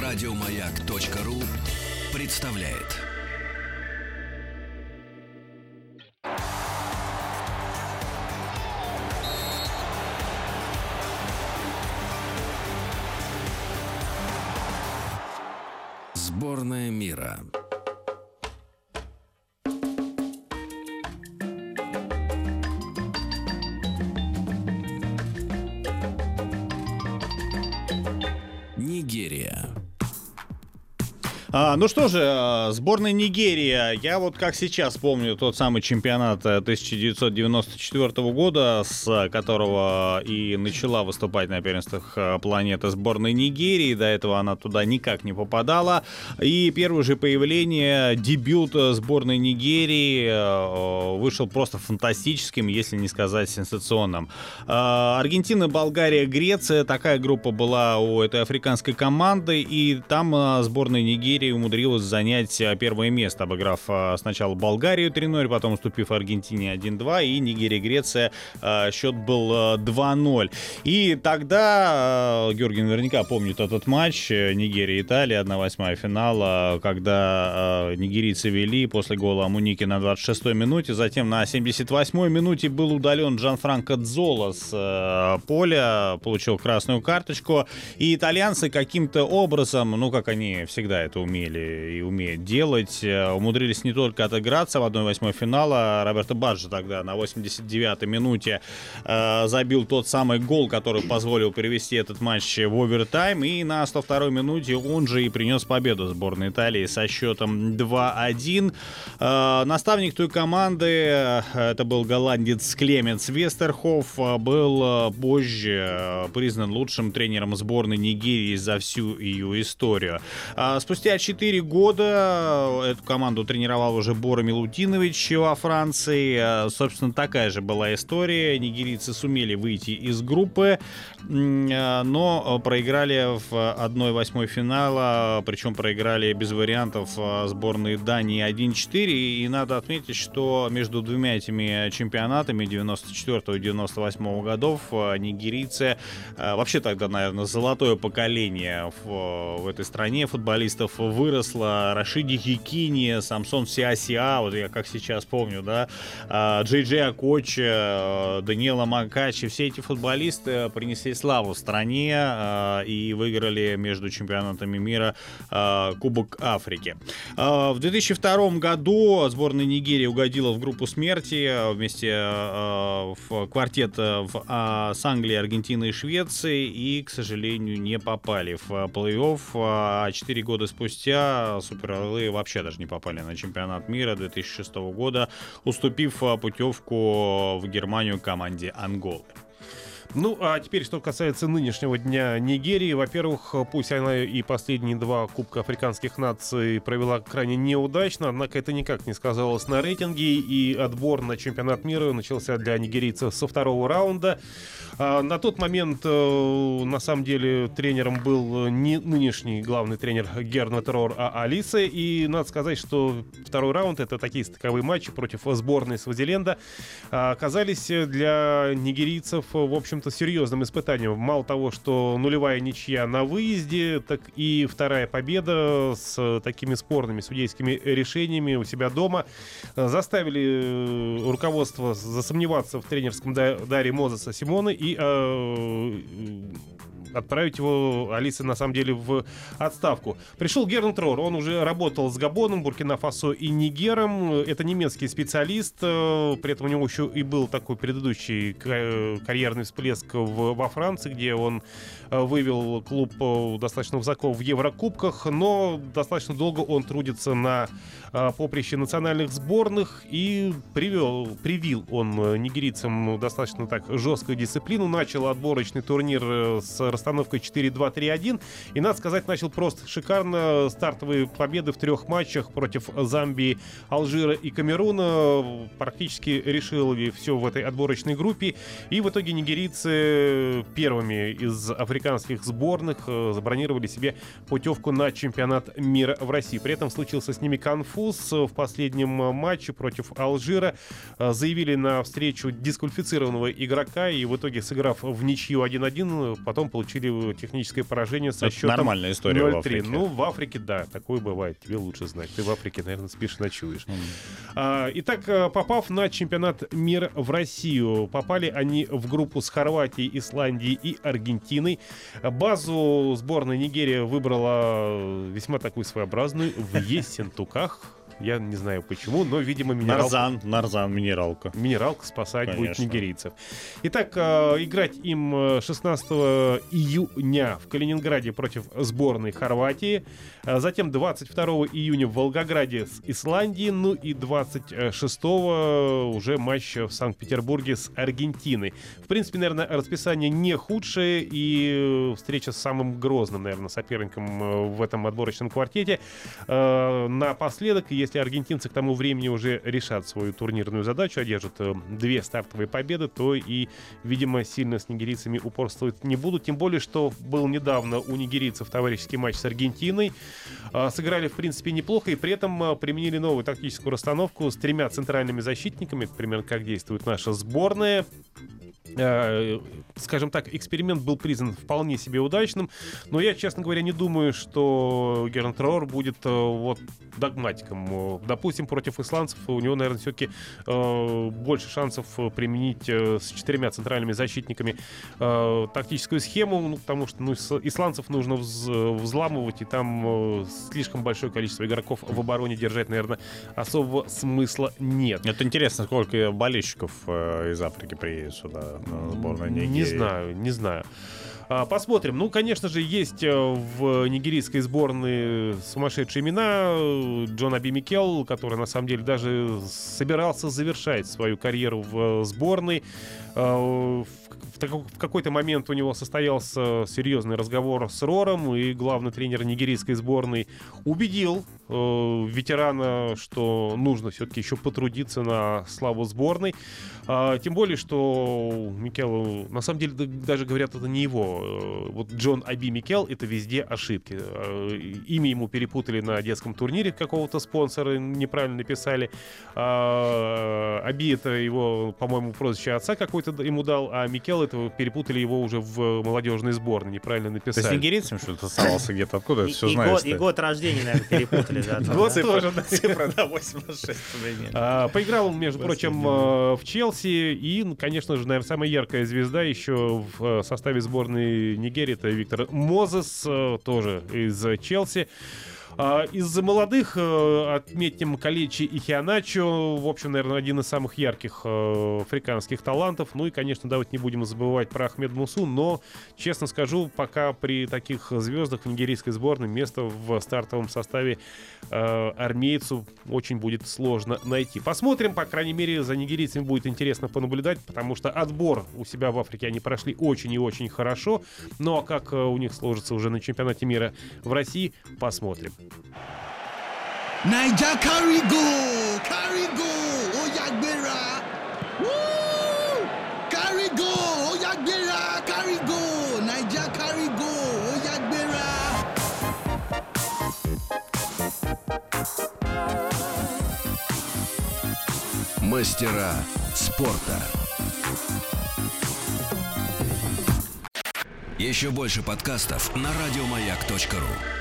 Радиомаяк.ру представляет. Сборная мира. Нигерия. Ну что же, сборная Нигерии. Я вот как сейчас помню тот самый чемпионат 1994 года, с которого и начала выступать на первенствах планеты сборная Нигерии. До этого она туда никак не попадала. И первое же появление, дебют сборной Нигерии вышел просто фантастическим, если не сказать сенсационным. Аргентина, Болгария, Греция. Такая группа была у этой африканской команды. И там сборная Нигерии умудрилась занять первое место, обыграв сначала Болгарию 3-0, потом уступив Аргентине 1-2, и Нигерия-Греция счет был 2-0. И тогда, Георгий наверняка помнит этот матч, Нигерия-Италия, 1/8 финала, когда нигерийцы вели после гола Амуники на 26-й минуте, затем на 78-й минуте был удален Джанфранко Дзола с поля, получил красную карточку, и итальянцы каким-то образом, ну как они всегда это умели и умеют делать, умудрились не только отыграться в 1/8 финала. Роберто Баджо тогда на 89-й минуте забил тот самый гол, который позволил перевести этот матч в овертайм, и на 102-й минуте он же и принес победу сборной Италии со счетом 2-1. Наставник той команды, это был голландец Клеменс Вестерхоф, был позже признан лучшим тренером сборной Нигерии за всю ее историю. Спустя 4 года эту команду тренировал уже Бора Милутинович во Франции. Собственно, такая же была история. Нигерийцы сумели выйти из группы, но проиграли в 1/8 финала, причем проиграли без вариантов сборной Дании 1-4. И надо отметить, что между двумя этими чемпионатами 94 и 98 годов нигерийцы, вообще тогда, наверное, золотое поколение в этой стране футболистов выросло. Рашиди Хикини, Самсон Сиасиа, вот я как сейчас помню, да, Джей Джей Окоче, Даниэла Макачи, все эти футболисты принесли славу в стране и выиграли между чемпионатами мира Кубок Африки. В 2002 году сборная Нигерии угодила в группу смерти вместе в квартет с Англией, Аргентиной и Швецией, и, к сожалению, не попали в плей-офф. А 4 года спустя Супер-Орлы вообще даже не попали на чемпионат мира 2006 года, уступив путевку в Германию команде Анголы. Ну, а теперь, что касается нынешнего дня Нигерии. Во-первых, пусть она и последние 2 Кубка африканских наций провела крайне неудачно, однако это никак не сказалось на рейтинге, и отбор на чемпионат мира начался для нигерийцев со 2-го раунда. На тот момент, на самом деле, тренером был не нынешний главный тренер Герна Террор, а Алисе, и надо сказать, что 2-й раунд — это такие стыковые матчи против сборной Свазиленда, оказались для нигерийцев, в общем-то, серьезным испытанием. Мало того, что нулевая ничья на выезде, так и 2-я победа с такими спорными судейскими решениями у себя дома заставили руководство засомневаться в тренерском даре Мозеса Симоне и отправить его, Алисе, на самом деле, в отставку. Пришел Герн Террор, он уже работал с Габоном, Буркина-Фасо и Нигером. Это немецкий специалист, при этом у него еще и был такой предыдущий карьерный всплеск во Франции, где он вывел клуб достаточно высоко в Еврокубках, но достаточно долго он трудится на поприще национальных сборных и привил он нигерийцам достаточно так жесткую дисциплину. Начал отборочный турнир с расстановкой 4-2-3-1 и, надо сказать, начал просто шикарно. Стартовые победы в 3 матчах против Замбии, Алжира и Камеруна. Практически решили все в этой отборочной группе, и в итоге нигерийцы первыми из африканских сборных забронировали себе путевку на чемпионат мира в России. При этом случился с ними конфуз. В последнем матче против Алжира заявили на встречу дисквалифицированного игрока, и в итоге, сыграв в ничью 1-1, потом получили получили техническое поражение со Это счетом нормальная история 0-3. в Африке. Ну, в Африке, да, такое бывает. Тебе лучше знать. Ты в Африке, наверное, спишь и ночуешь. Итак, попав на чемпионат мира в Россию, попали они в группу с Хорватией, Исландией и Аргентиной. Базу сборной Нигерия выбрала весьма такую своеобразную в Ессентуках. Я не знаю почему, но, видимо, Нарзан, минералка. Минералка спасать будет Конечно. нигерийцев. Итак, играть им 16 июня в Калининграде против сборной Хорватии. Затем 22 июня в Волгограде с Исландией. Ну и 26 уже матч в Санкт-Петербурге с Аргентиной. В принципе, наверное, расписание не худшее. И встреча с самым грозным, наверное, соперником в этом отборочном квартете. Напоследок, если аргентинцы к тому времени уже решат свою турнирную задачу, одержат 2 стартовые победы, то и, видимо, сильно с нигерийцами упорствовать не будут. Тем более, что был недавно у нигерийцев товарищеский матч с Аргентиной. Сыграли, в принципе, неплохо и при этом применили новую тактическую расстановку с 3 центральными защитниками. Это примерно как действует наша сборная. Скажем так, эксперимент был признан вполне себе удачным, но я, честно говоря, не думаю, что Гернт Роор будет вот догматиком. Допустим, против исландцев у него, наверное, все-таки больше шансов применить с 4 центральными защитниками тактическую схему, потому что исландцев нужно взламывать, и там слишком большое количество игроков в обороне держать, наверное, особого смысла нет. Это интересно, сколько болельщиков из Африки приедет сюда на сборную Нигерии. Не знаю. Посмотрим. Ну, конечно же, есть в нигерийской сборной сумасшедшие имена. Джон Оби Микел, который, на самом деле, даже собирался завершать свою карьеру в сборной. В какой-то момент у него состоялся серьезный разговор с Рором, и главный тренер нигерийской сборной убедил ветерана, что нужно все-таки еще потрудиться на славу сборной. Тем более, что Микел, на самом деле, даже говорят, это не его. Вот Джон Оби Микел — это везде ошибки. Имя ему перепутали на детском турнире какого-то спонсора, неправильно написали. Оби — это его, по-моему, прозвище отца какой-то ему дал, а Микел — это перепутали его уже в молодежной сборной, неправильно написали. Ты с нигерийцем что-то оставался где-то? Откуда ты все знаешь? И год рождения, наверное, перепутали. Год тоже, цифра, да, 86. Поиграл он, между прочим, в Челси. И, конечно же, наверное, самая яркая звезда еще в составе сборной Нигерии — это Виктор Мозес, тоже из Челси. Из молодых отметим Калечи и Хианачо. В общем, наверное, один из самых ярких африканских талантов. Ну и, конечно, давайте не будем забывать про Ахмед Мусу. Но, честно скажу, пока при таких звездах в нигерийской сборной место в стартовом составе армейцу очень будет сложно найти. Посмотрим, по крайней мере, за нигерийцами будет интересно понаблюдать, потому что отбор у себя в Африке они прошли очень и очень хорошо. Ну а как у них сложится уже на чемпионате мира в России, посмотрим. Naija carry go, Oyagbera. Woo! Carry go, Oyagbera, carry go. Naija carry go, Oyagbera. Мастера спорта. Еще больше подкастов на радиомаяк.ру.